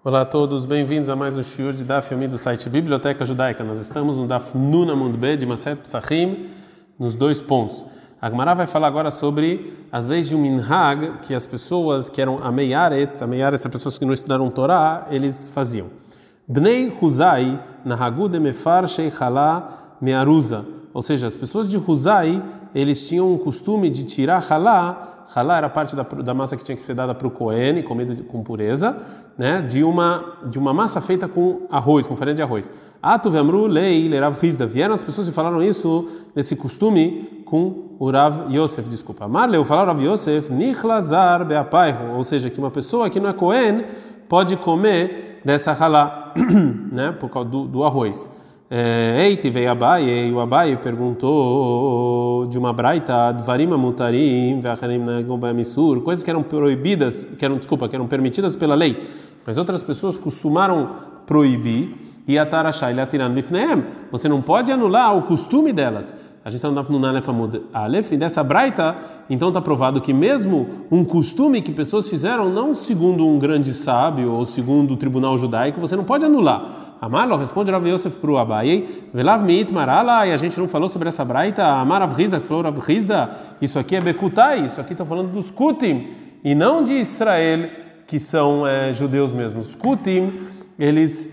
Olá a todos, bem-vindos a mais um shiur de Daf Yomi do site Biblioteca Judaica. Nós estamos no Daf Nun Amud Bet de Maset Psachim, nos 2 pontos. A Gemara vai falar agora sobre as leis de um minhag que as pessoas que eram ameiaretz, as pessoas que não estudaram Torá, eles faziam. Bnei Huzai nahagu de mefar sheichalá mearuza. Ou seja, as pessoas de Huzai, eles tinham um costume de tirar halá. Halá era parte da massa que tinha que ser dada para o Kohen, comida com pureza, né? De uma massa feita com arroz, com farinha de arroz. Atu vemru lei lerav Hizda. Vieram as pessoas e falaram isso nesse costume com o Rav Yosef, desculpa. Marleu falaram Rav Yosef nichlazar beapaihu, ou seja, que uma pessoa que não é Kohen pode comer dessa halá, né? Por causa do arroz. Eiti veio Abaye, e o Abaye perguntou de uma braita, dvarim amutarim, ve'acharim nagom ba'misur, coisas que eram proibidas, que eram permitidas pela lei, mas outras pessoas costumaram proibir, e atarashai latiran bifneem, você não pode anular o costume delas. A gente está no Nalef Amud Alef, e dessa braita, então está provado que mesmo um costume que pessoas fizeram, não segundo um grande sábio ou segundo o tribunal judaico, você não pode anular. Amalo responde Rav Yosef para o Abaye, Velav miit marala, e a gente não falou sobre essa braita, Amar Rav Hizda, que falou Rav Hizda, isso aqui é Bekutai, isso aqui está falando dos Kutim, e não de Israel, que são judeus mesmos. Os Kutim, eles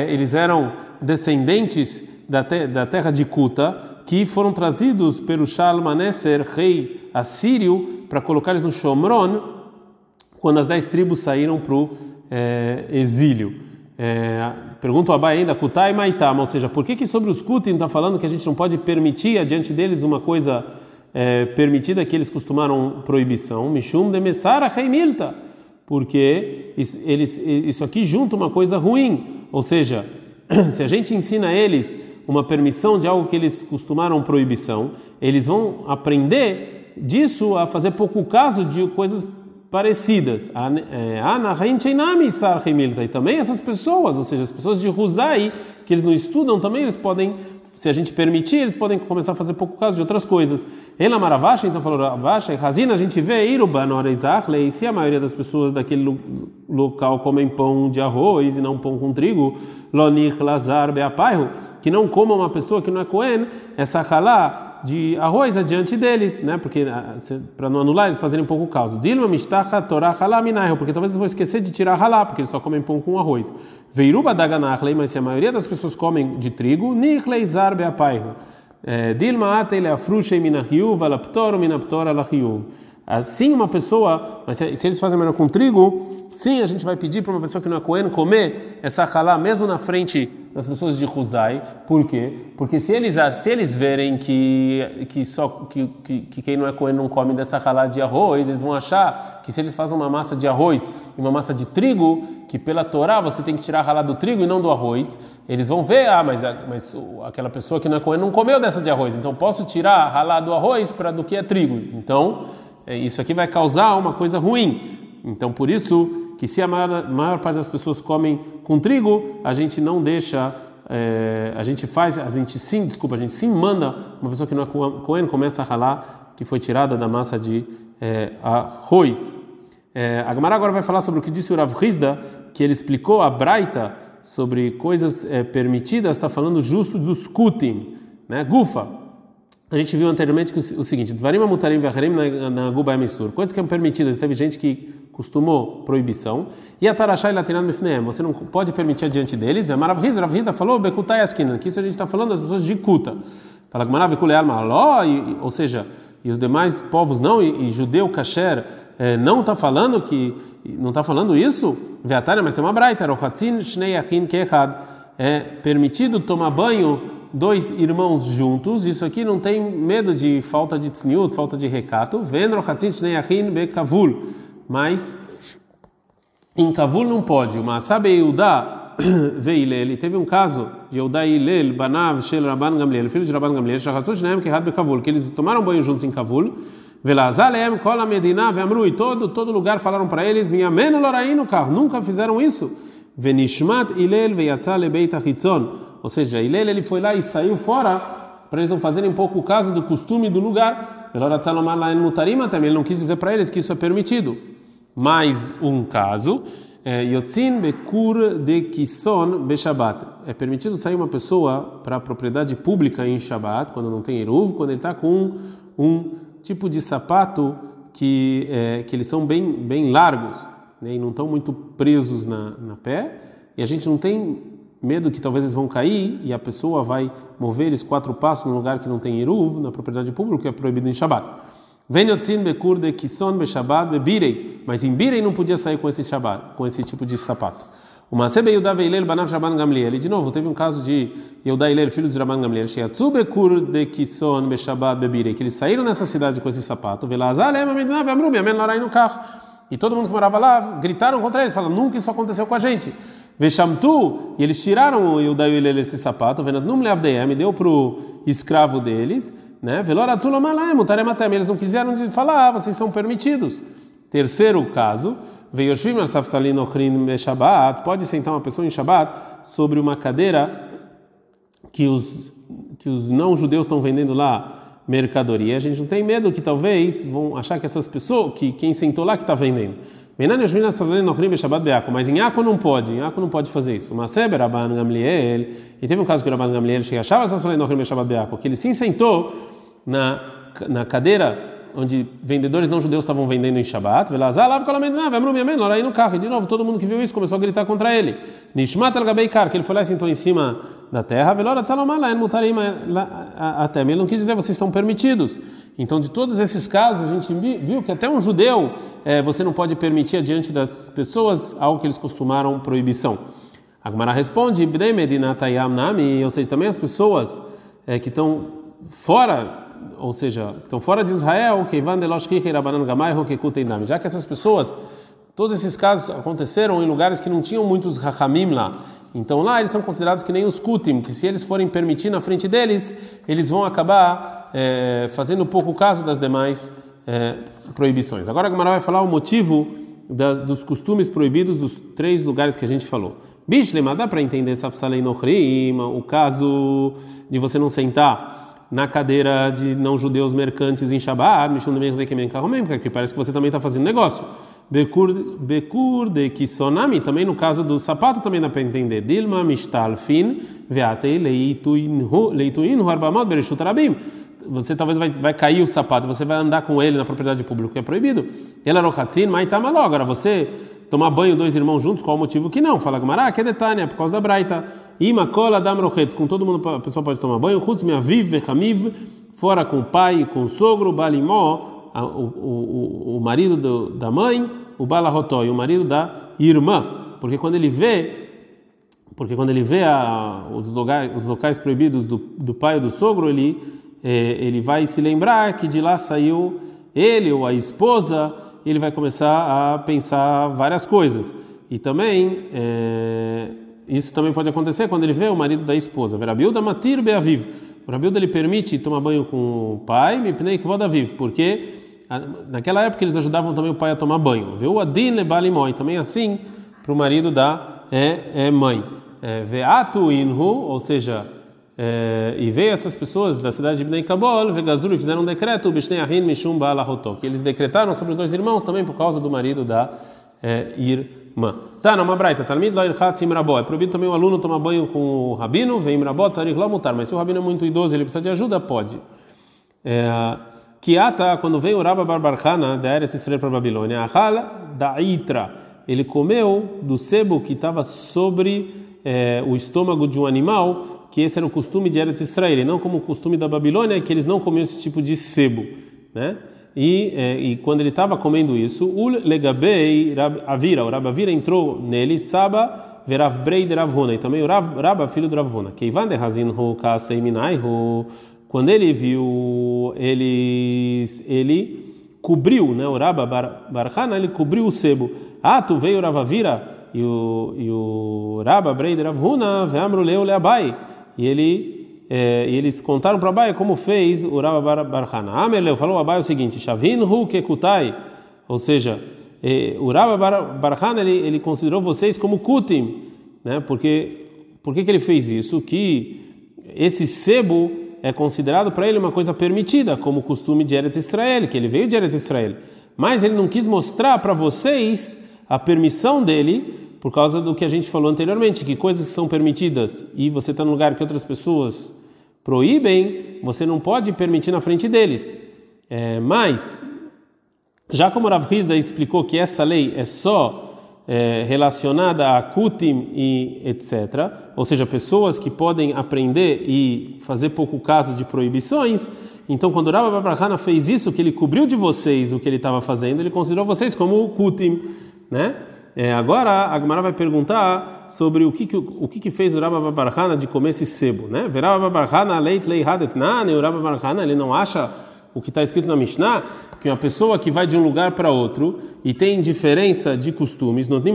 eram descendentes da terra de Kuta, que foram trazidos pelo Shalmaneser, rei assírio, para colocar eles no Shomron, quando as 10 tribos saíram para o exílio. Pergunta o Abai ainda, Kutai Maitam, ou seja, por que sobre os Kutim está falando que a gente não pode permitir adiante deles uma coisa permitida que eles costumaram proibição? Mishum de Messara Heimilta, porque isso aqui junta uma coisa ruim, ou seja, se a gente ensina a eles uma permissão de algo que eles costumaram proibição, eles vão aprender disso a fazer pouco caso de coisas parecidas. E também essas pessoas, ou seja, as pessoas de Huzai, que eles não estudam, também eles podem, se a gente permitir, eles podem começar a fazer pouco caso de outras coisas. Ela Maravasha, então falou Ravasha, e Razina, a gente vê Iruban Oreizachle, e se a maioria das pessoas daquele local comem pão de arroz e não pão com trigo, Lonich Lazar Beapaihu, que não coma uma pessoa que não é Cohen, essa halá de arroz adiante deles, né? Porque para não anular eles fazerem pouco caso. Dilma Mishtacha Torah Halá Minaihu, porque talvez eles vão esquecer de tirar halá, porque eles só comem pão com arroz. Veiruba Daganachlei, mas se a maioria das pessoas comem de trigo, Nichleizar Beapaihu. Dilma Atele Afrushei Minahiu, Valaptor Minaptor Alahiu. Assim uma pessoa, mas se eles fazem melhor com trigo, sim, a gente vai pedir para uma pessoa que não é Cohen comer essa halá mesmo na frente das pessoas de Huzai. Por quê? Porque se eles verem que quem não é Cohen não come dessa halá de arroz, eles vão achar que se eles fazem uma massa de arroz e uma massa de trigo, que pela Torá você tem que tirar a halá do trigo e não do arroz, eles vão ver, mas aquela pessoa que não é Cohen não comeu dessa de arroz, então posso tirar a halá do arroz do que é trigo. Então isso aqui vai causar uma coisa ruim. Então, por isso, que se a maior parte das pessoas comem com trigo, a gente não deixa, a gente sim manda uma pessoa que não é Cohen começa a ralar, que foi tirada da massa de arroz. A Gemara agora vai falar sobre o que disse o Rav Hizda, que ele explicou a braita sobre coisas permitidas, está falando justo dos kutim, né? Gufa. A gente viu anteriormente que o seguinte, dvarim amutarim ve'acharim nagom ba'misur, coisas que são permitidas, teve gente que costumou proibição, e atarashai latiran bifneem, você não pode permitir adiante deles. Rav Hizda falou bekutai askinan, que isso a gente está falando das pessoas de Kuta. Fala que maravilha alma, ou seja, e os demais povos não, e judeu kasher não está falando isso, ve'atara, mas tem uma braita, rochatzin shnei achin keechad, é permitido tomar banho 2 irmãos juntos. Isso aqui não tem medo de falta de tzniut, falta de recato. Mas em kavul não pode. Mas sabe Yehudá ve'Hillel, teve um caso de Yehudá e Hillel, banav shel Rabban Gamliel, filho de Rabban Gamliel, shachatzu shneim kehad bekavul, que eles tomaram banho juntos em kavul. Velazalem kol hamedina ve'amru, e todo lugar falaram para eles, minha menu lorainu kar, nunca fizeram isso. Venishmat Hillel ve'yatza lebeit hachitzon, ou seja, Hillel ele foi lá e saiu fora para eles não fazerem pouco caso do costume do lugar. Ele não quis dizer para eles que isso é permitido. Mais um caso, Yotzin bekur de kison beshabat. É permitido sair uma pessoa para a propriedade pública em Shabat, quando não tem eruv, quando ele está com um tipo de sapato que eles são bem largos, né, e não estão muito presos na pé, e a gente não tem medo que talvez eles vão cair e a pessoa vai mover eles 4 passos num lugar que não tem eruv, na propriedade pública, que é proibido em Shabat. Venyotzin bekur de kison beshabat bebirei, mas em Birei não podia sair com esse Shabat, com esse tipo de sapato. O Masebe Yehuda veilel banav Rabban Gamliel. E de novo teve um caso de Yehuda e Hillel, filhos de Rabban Gamliel, sheyatzu bekur de kison beshabat bebirei, que eles saíram nessa cidade com esse sapato. Velazal ema medina ve'amru mi'amen larai no carro. E todo mundo que morava lá gritaram contra eles, falaram: nunca isso aconteceu com a gente. Veshamtu, e eles tiraram o Yehuda e Hillel esse sapato. Venadnum leavdeem, deu pro escravo deles, né? Veloratzulomalaim mutarematem, eles não quiseram falar: vocês são permitidos. Terceiro caso, veioshvim al-safsalin ochrin be-shabat, pode sentar uma pessoa em Shabat sobre uma cadeira que os não-judeus estão vendendo lá mercadoria. A gente não tem medo que talvez vão achar que essas pessoas, que quem sentou lá que está vendendo. Mas em Yaco não pode, fazer isso. Mas Rabban Gamliel, e teve um caso que o Rabban Gamliel que ele se sentou na cadeira onde vendedores não judeus estavam vendendo em Shabat, aí no carro, e de novo todo mundo que viu isso começou a gritar contra ele. Nishmat al-Gabeikar, que ele foi lá e sentou em cima da terra, até ele não quis dizer vocês estão permitidos. Então, de todos esses casos, a gente viu que até um judeu você não pode permitir diante das pessoas algo que eles costumaram proibição. A Gemara responde, ou seja, também as pessoas que estão fora, ou seja, que estão fora de Israel, já que essas pessoas, todos esses casos aconteceram em lugares que não tinham muitos rachamim lá. Então lá eles são considerados que nem os kutim, que se eles forem permitir na frente deles, eles vão acabar fazendo pouco caso das demais proibições. Agora a Gemara vai falar o motivo dos costumes proibidos dos 3 lugares que a gente falou. Bishlema, dá para entender o caso de você não sentar na cadeira de não-judeus mercantes em Shabat, que parece que você também está fazendo negócio. Bekur de kisonami, também no caso do sapato também dá para entender. Dilma mishtalfin veatei leituin harbamot bereshut rabim. Você talvez vai cair o sapato, você vai andar com ele na propriedade pública, que é proibido. Ela rochatzin maitamalo. Agora você tomar banho 2 irmãos juntos, qual o motivo que não? Fala Gemara, que é detalhe, por causa da braita. Ima kola dam rochetz, com todo mundo a pessoa pode tomar banho. Chutz me'aviv vechamiv, fora com o pai e com o sogro, balimó, o marido da mãe, o balahotó, e o marido da irmã, porque quando ele vê os locais proibidos do pai ou do sogro, ele vai se lembrar que de lá saiu ele ou a esposa, e ele vai começar a pensar várias coisas. E também isso também pode acontecer quando ele vê o marido da esposa. Verabilda matir beaviv. O Rabilda ele permite tomar banho com o pai, mipnei kvoda aviv, porque naquela época eles ajudavam também o pai a tomar banho. Viu? Adin lebalimoi, também assim para o marido da mãe. Veatu inhu, ou seja, e veio essas pessoas da cidade de Bnei Kabol, vegazuru, e fizeram um decreto, bishnei ahin mishum ba'alahoto, que eles decretaram sobre os 2 irmãos também por causa do marido da irmã. Tá, numa braita, talmid lo irchat simrabó, é proibido também o aluno tomar banho com o rabino, vem imrabó, tzarich lo mutar, mas se o rabino é muito idoso, ele precisa de ajuda, pode. Kiata, quando veio o Rabba bar bar Hana da Eretz Israel para a Babilônia, Achal da Itra, ele comeu do sebo que estava sobre o estômago de um animal, que esse era o costume de Eretz Israel, e não como o costume da Babilônia, que eles não comiam esse tipo de sebo, né? E quando ele estava comendo isso, o legabei Avira, o Rab Avira entrou nele, Saba verav brei de Rav Huna, e também o Rab filho do Rav Huna, que Ivan de Hazin hu kasei minaihu. Quando ele viu, ele cobriu, né? O Rabba bar Hana, ele cobriu o sebo. Tu veio o Rav Avira e o Rabba brei de Rav Huna, ve'amru leu leabai. E eles contaram para Abai como fez o Rabba bar Hana. Ameleu falou a Abai o seguinte: Shavin hu kekutai, ou seja, o Rabba bar Hana ele considerou vocês como kutim, né? Por que ele fez isso? Que esse sebo é considerado para ele uma coisa permitida, como o costume de Eretz Israel, que ele veio de Eretz Israel. Mas ele não quis mostrar para vocês a permissão dele, por causa do que a gente falou anteriormente, que coisas que são permitidas e você está num lugar que outras pessoas proíbem, você não pode permitir na frente deles. Mas, já como Rav Hizda explicou que essa lei é só relacionada a kutim e etc., ou seja, pessoas que podem aprender e fazer pouco caso de proibições, então quando o Rabba bar Bar Hana fez isso, que ele cobriu de vocês o que ele estava fazendo, ele considerou vocês como kutim, né? Agora a Gemara vai perguntar sobre o que fez o Rabba bar Bar Hana de comer esse sebo, né? O Rabba bar Hana leit lei hadet na, o Rabba bar Hana ele não acha o que está escrito na Mishnah, que uma pessoa que vai de um lugar para outro e tem diferença de costumes, ou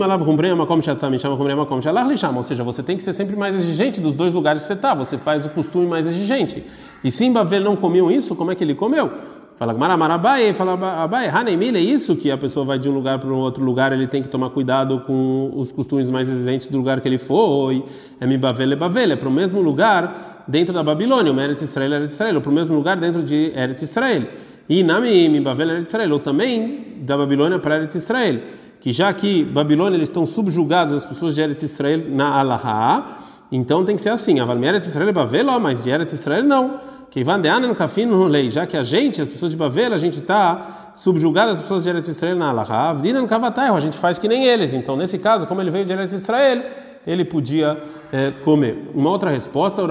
seja, você tem que ser sempre mais exigente dos dois lugares que você está, você faz o costume mais exigente. E se em Bavel não comiam isso, como é que ele comeu? Fala Abaye, Hanemile, é isso que a pessoa vai de um lugar para um outro lugar, ele tem que tomar cuidado com os costumes mais exigentes do lugar que ele foi. É para o mesmo lugar dentro da Babilônia, o Eretz Israel, ou para o mesmo lugar dentro de Eretz Israel. E Nami Bavel Eretz Israel, ou também da Babilônia para Eretz Israel, que já que Babilônia eles estão subjugados as pessoas de Eretz Israel na Alaha, então tem que ser assim. Eretz Israel Bavel, mas de Eretz Israel não. Já que a gente, as pessoas de Bavel, a gente está subjugado às pessoas de Eretz Israel na Alaha, a gente faz que nem eles. Então, nesse caso, como ele veio de Eretz Israel, ele podia comer. Uma outra resposta,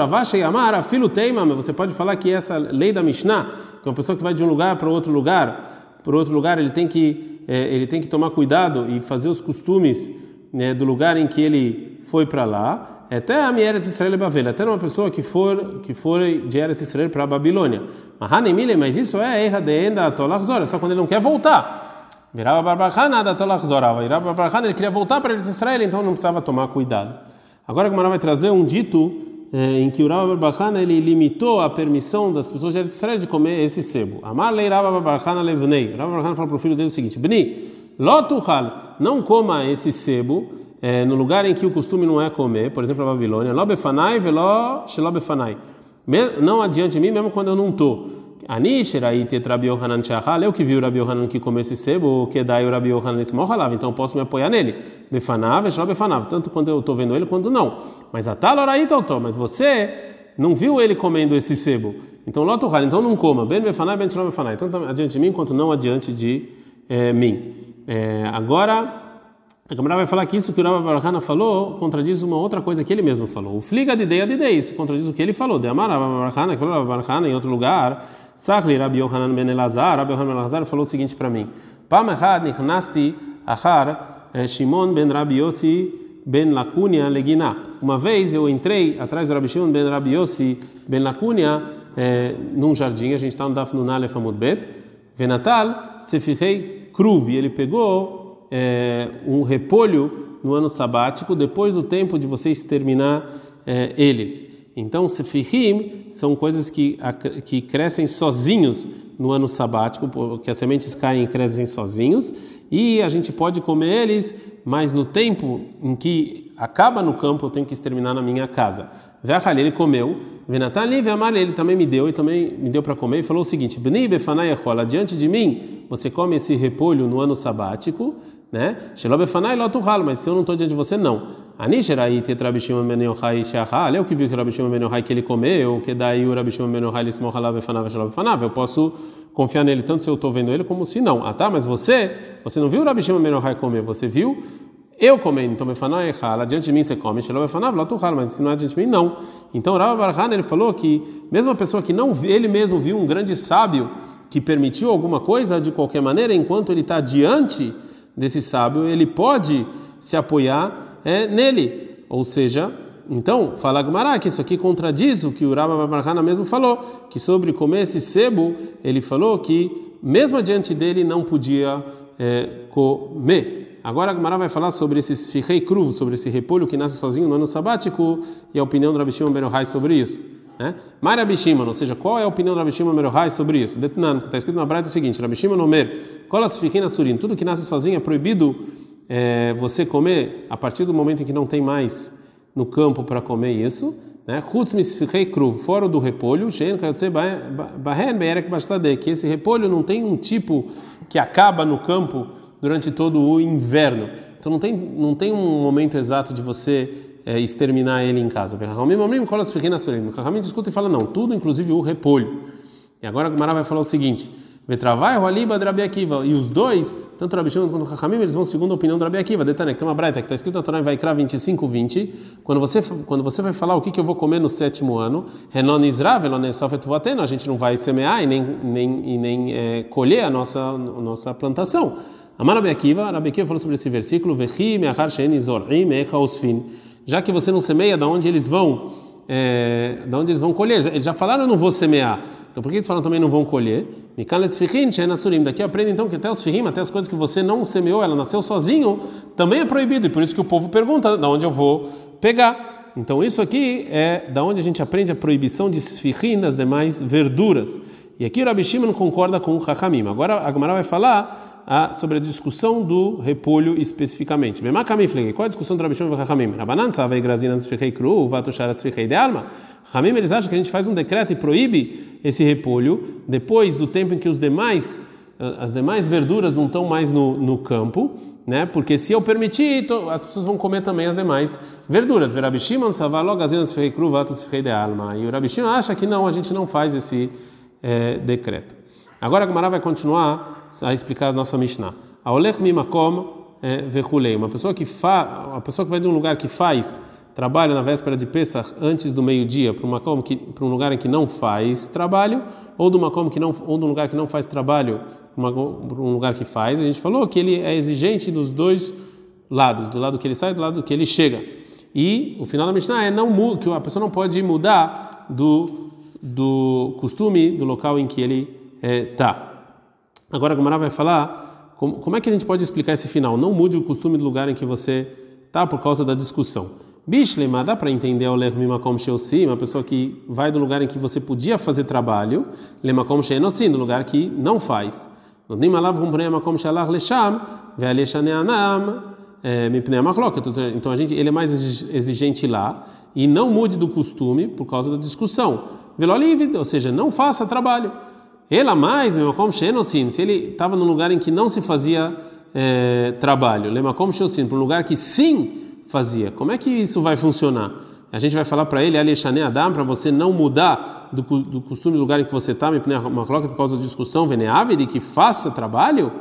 você pode falar que essa lei da Mishnah, que uma pessoa que vai de um lugar para outro lugar, ele tem que tomar cuidado e fazer os costumes, né, do lugar em que ele foi para lá. Até a Eretz Israel e Bavel, até uma pessoa que for de Eretz Israel para a Babilônia. Mas isso é erra de enda atolachzor, só quando ele não quer voltar. Virava Barbachana da atolachzor, virava Barbachana, ele queria voltar para Eretz Israel, então não precisava tomar cuidado. Agora a Gemara vai trazer um dito em que o Rabba bar Bar Hana ele limitou a permissão das pessoas de Eretz Israel de comer esse sebo. Amar lei Rabba bar Hana levnei. Rabba bar Hana falou para o filho dele o seguinte: Bni, lo tuchal, não coma esse sebo no lugar em que o costume não é comer, por exemplo, a Babilônia, lo befanai velo shelo befanai, não adiante de mim, mesmo quando eu não estou. Anisher aí tetrabi Yohanan shachal, eu que vi o Rabi Yohanan que come esse sebo, que dai o Rabi Yohanan esse mohalav, então eu posso me apoiar nele. Befanav shelo befanav, tanto quando eu estou vendo ele quanto não. Mas ataloraita autor, mas você não viu ele comendo esse sebo, então lo tuchal, então não coma. Ben befanai ben shelo befanai, tanto adiante de mim quanto não adiante de mim. Agora a Gemara vai falar que isso que o Rabba bar Hana falou contradiz uma outra coisa que ele mesmo falou. O fliga de ideia, isso contradiz o que ele falou. De Amar Rabba bar Hana, que falou Rabba bar Hana em outro lugar. Sachli Rabbi Yohanan ben Elazar, Rabbi Yohanan ben Elazar falou o seguinte para mim: Pam echad nichnasti achar Shimon ben Rabbi Yossi ben Lakunia legina. Uma vez eu entrei atrás do Rabbi Shimon ben Rabbi Yossi ben Lakunia num jardim, a gente está no Daf Nun Alef Amud Bet. Venatal sefichei kruv, e ele pegou um repolho no ano sabático, depois do tempo de você exterminar eles. Então, sefihim são coisas que crescem sozinhos no ano sabático, porque as sementes caem e crescem sozinhos, e a gente pode comer eles, mas no tempo em que acaba no campo, eu tenho que exterminar na minha casa. Ve'achal, ele comeu, Venatali, ve'amar, ele também me deu para comer, e falou o seguinte: Bni befanai echol, adiante de mim, você come esse repolho no ano sabático, né? Shelo befanai lo tuchal, mas se eu não estou diante de você, não. Anisher aí tetrabi Shimon ben Yochai shachal, eu que vi que o Rabbi Shimon ben Yochai que ele comeu, que daí o Rabbi Shimon ben Yochai lismoch alav befanav shelo befanav, eu posso confiar nele tanto se eu estou vendo ele como se não. Ah, tá, mas você não viu o Rabbi Shimon ben Yochai comer, você viu eu comendo, então befanai echal, adiante de mim você come, shelo befanav lo tuchal, mas se não é adiante de mim, não. Então o Rabba bar Hana ele falou que mesmo a pessoa que não ele mesmo viu um grande sábio que permitiu alguma coisa de qualquer maneira, enquanto ele está diante desse sábio, ele pode se apoiar nele. Ou seja, então, fala Gemara que isso aqui contradiz o que o Rabba bar Hana mesmo falou, que sobre comer esse sebo, ele falou que mesmo adiante dele não podia comer. Agora a Gemara vai falar sobre esse fichei cru, sobre esse repolho que nasce sozinho no ano sabático, e a opinião do Rabbi Shimon ben Yochai sobre isso. Mas Rabbi Shimon, ou seja, qual é a opinião do Rabbi Shimon ben Yochai sobre isso? Detnan, que está escrito na Braita o seguinte: Rabbi Shimon Omer, kolas fichina surim, tudo que nasce sozinho é proibido você comer a partir do momento em que não tem mais no campo para comer isso, né? Chutz misfichei kruv, fora do repolho, shein kayotze bahen be'erek bastadeh, que esse repolho não tem um tipo que acaba no campo durante todo o inverno. Então não tem um momento exato de você exterminar ele em casa. Rahamim discute e fala não, tudo inclusive o repolho. E agora a Gemara vai falar o seguinte: Vetravai, Hualiba, Rabi Akiva. E os dois, tanto o Rabi Shimon quanto o Rahamim, eles vão segundo a opinião do Rabi Akiva. Detalhe, que tem uma braita que está escrito na Torá em Vaikra 25:20. Quando você vai falar o que eu vou comer no 7º ano, Renon Israel, Velonesofet Voateno, a gente não vai semear e nem colher a nossa plantação. Amar Rabi Akiva falou sobre esse versículo: Vechi me'achar she'en zorim me'echa osfin. Já que você não semeia, da onde eles vão colher? Eles já falaram, eu não vou semear. Então por que eles falam também não vão colher? Daqui aprende então que até os firim, até as coisas que você não semeou, ela nasceu sozinho, também é proibido. E por isso que o povo pergunta, da onde eu vou pegar? Então isso aqui é da onde a gente aprende a proibição de sfirim das demais verduras. E aqui o Rabi Shimon concorda com o Hakamim. Agora a Gemara vai falar sobre a discussão do repolho especificamente. Qual é a discussão do Rabi Shimon e do Hakamim? Hakamim, eles acham que a gente faz um decreto e proíbe esse repolho depois do tempo em que as demais verduras não estão mais no campo, né? Porque se eu permitir, as pessoas vão comer também as demais verduras. E o Rabi Shimon acha que não, a gente não faz esse decreto. Agora a Gemara vai continuar a explicar a nossa Mishnah. Aolech mimakom vechulei. Uma pessoa que vai de um lugar que faz trabalho na véspera de Pesach antes do meio-dia para um lugar em que não faz trabalho, ou de um lugar que não faz trabalho para um lugar que faz. A gente falou que ele é exigente dos dois lados, do lado que ele sai e do lado que ele chega. E o final da Mishnah é que a pessoa não pode mudar do costume do local em que ele Agora a Gemara vai falar como é que a gente pode explicar esse final. Não mude o costume do lugar em que você está por causa da discussão. Bishlema, dá para entender o ler mimakom sheosim, uma pessoa que vai do lugar em que você podia fazer trabalho, lemakom sheenosim, do lugar que não faz. Então ele é mais exigente lá e não mude do costume por causa da discussão. Ou seja, não faça trabalho. Ela mais, se ele estava num lugar em que não se fazia trabalho, para um lugar que sim fazia, como é que isso vai funcionar? A gente vai falar para ele, para você não mudar do costume do lugar em que você está, por causa da discussão, de que faça trabalho?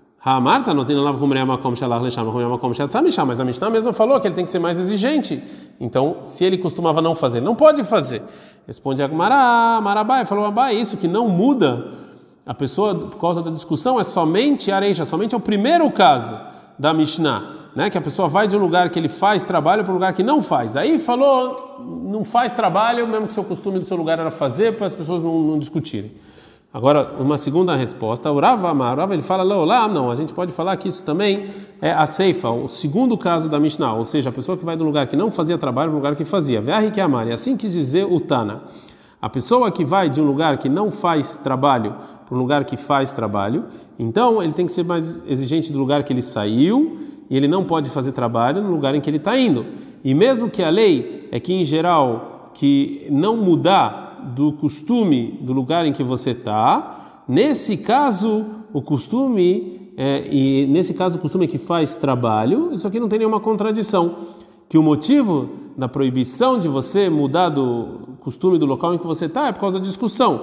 Mas a Mishnah mesmo falou que ele tem que ser mais exigente. Então, se ele costumava não fazer, não pode fazer. Responde a Gemara, Marabai, falou Abai, isso que não muda a pessoa por causa da discussão é somente areia, somente é o primeiro caso da Mishnah, né? Que a pessoa vai de um lugar que ele faz trabalho para um lugar que não faz. Aí falou, não faz trabalho, mesmo que seu costume do seu lugar era fazer, para as pessoas não discutirem. Agora, uma segunda resposta, o Rav ele fala, não, a gente pode falar que isso também é a seifa, o segundo caso da Mishnah, ou seja, a pessoa que vai de um lugar que não fazia trabalho para um lugar que fazia. Ve'ahi que amar, e assim quis dizer o Tana. A pessoa que vai de um lugar que não faz trabalho para um lugar que faz trabalho, então ele tem que ser mais exigente do lugar que ele saiu, e ele não pode fazer trabalho no lugar em que ele está indo. E mesmo que a lei é que, em geral, que não mudar do costume do lugar em que você está, nesse caso o costume é que faz trabalho, isso aqui não tem nenhuma contradição, que o motivo da proibição de você mudar do costume do local em que você está é por causa da discussão.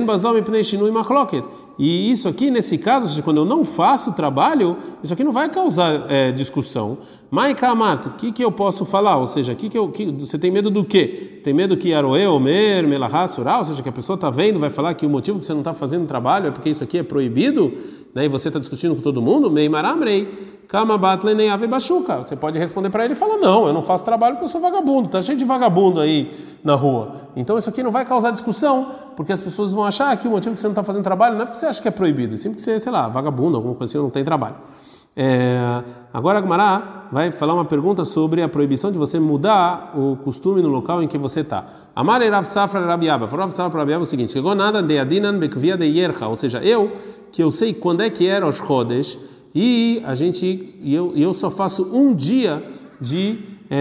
E isso aqui, nesse caso, ou seja, quando eu não faço trabalho, isso aqui não vai causar discussão. Maikamat, o que eu posso falar? Ou seja, você tem medo do quê? Você tem medo que Aroe, Omer, Melahá, Surá, ou seja, que a pessoa está vendo, vai falar que o motivo que você não está fazendo trabalho é porque isso aqui é proibido, né? E você está discutindo com todo mundo? Meimaramrei. Você pode responder para ele e falar, não, eu não faço trabalho porque eu sou vagabundo, tá cheio de vagabundo aí na rua. Então isso aqui não vai causar discussão, porque as pessoas vão achar que o motivo que você não está fazendo trabalho não é porque você acha que é proibido, sim porque você, sei lá, vagabundo, alguma coisa assim, não tem trabalho. Agora a Gemara vai falar uma pergunta sobre a proibição de você mudar o costume no local em que você está. Amar Rav Safra Rabi Abba, falou Rav Safra Rabi Abba o seguinte, chegou nada de adinan bekvia de yercha, ou seja, eu sei quando é que era os Chodesh, e eu só faço um dia de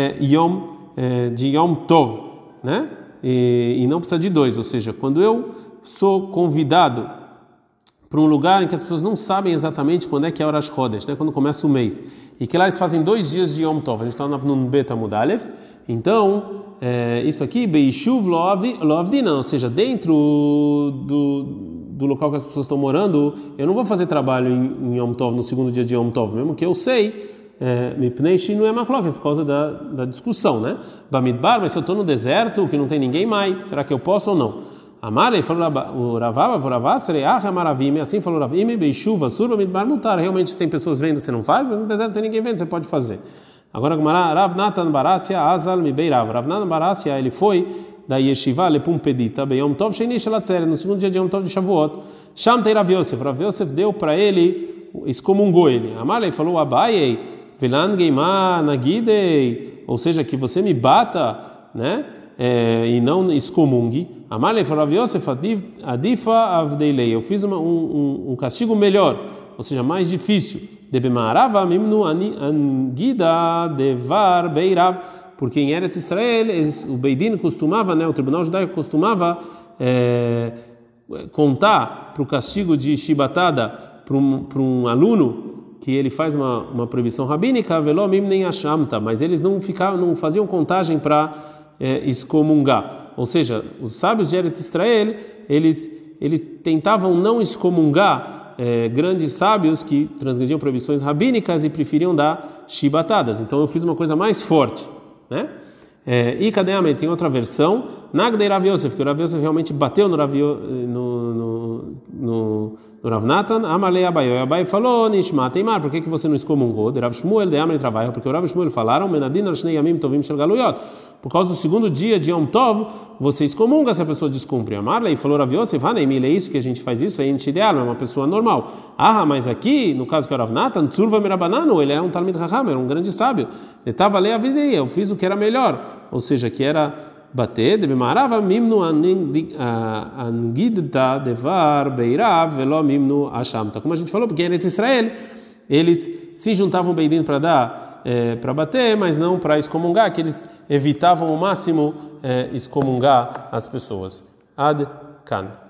Yom Tov, né? E não precisa de dois, ou seja, quando eu sou convidado para um lugar em que as pessoas não sabem exatamente quando é que é Rosh Chodesh, né? Quando começa o mês, e que lá eles fazem 2 dias de Yom Tov. A gente está no Bet Amud Aleph. Então, isso aqui, Beishuv Lo Avdina, ou seja, dentro do local que as pessoas estão morando, eu não vou fazer trabalho em Yom Tov, no segundo dia de Yom Tov, mesmo que eu sei, Mipnei Shinu é Machlok, por causa da discussão, né? Bamidbar, mas se eu estou no deserto, que não tem ninguém mais, será que eu posso ou não? Amarei, falou o Ravava, por Avassere, Maravime, assim falou Ravime, Beishuva, Surba, Midbar, Mutar. Realmente tem pessoas vendo, você não faz, mas no deserto não tem ninguém vendo, você pode fazer. Agora, Rav Natan Barassia, Azal, Mibeirav. Rav Natan Barassia, ele foi da Yeshiva, Lepum Pedita, Beyom Tov, Sheini Shelatzere, no segundo dia de Yom Tov de Shavuot. Sham Tei Rav Yosef. Rav Yosef deu para ele, excomungou ele. Amarei, falou Abayei, Velan Geimah Nagidei, ou seja, que você me bata, né? E não excomungue. Amarei, falou Rav Yosef, Adifa Avdeilei. Eu fiz um castigo melhor, ou seja, mais difícil. Debemarava mimnu angida devar beirav, porque em Eretz Israel o Beidin costumava, né, o tribunal judaico costumava contar para o castigo de chibatada para um aluno que ele faz uma proibição rabínica, veló mimnem ashamta, mas eles não faziam contagem para excomungar. Ou seja, os sábios de Eretz Israel eles tentavam não excomungar grandes sábios que transgrediam proibições rabínicas e preferiam dar chibatadas. Então eu fiz uma coisa mais forte, né? E cadê a tem outra versão? Nagdei Rav Yosef, que o Rav Yosef realmente bateu no Rav Natan. Amalei Abai. O Abai falou: Nishma Teimar, por que você não excomungou? De Rav Shmuel de Amri Travail, porque o Rav Shmuel falaram: Menadin al Shnei Yamim Tovim Shel Galuyot. Por causa do segundo dia de Yom Tov, você excomunga se a pessoa descumpre. Amarlei falou Rav Yosef: Haneimile, é isso que a gente faz isso, é ideal, é uma pessoa normal. Mas aqui, no caso que é o Rav Natan, Tzurva Mirabananu, ele era um Talmid Chacham, era um grande sábio. Etava lei a videia, eu fiz o que era melhor, ou seja, que era bater, debemarava mimnu angidta devar beirav velo mimnu ashamta. Como a gente falou, porque em Eretz Israel eles se juntavam beidin para dar para bater, mas não para excomungar, que eles evitavam ao máximo excomungar as pessoas. Ad kan.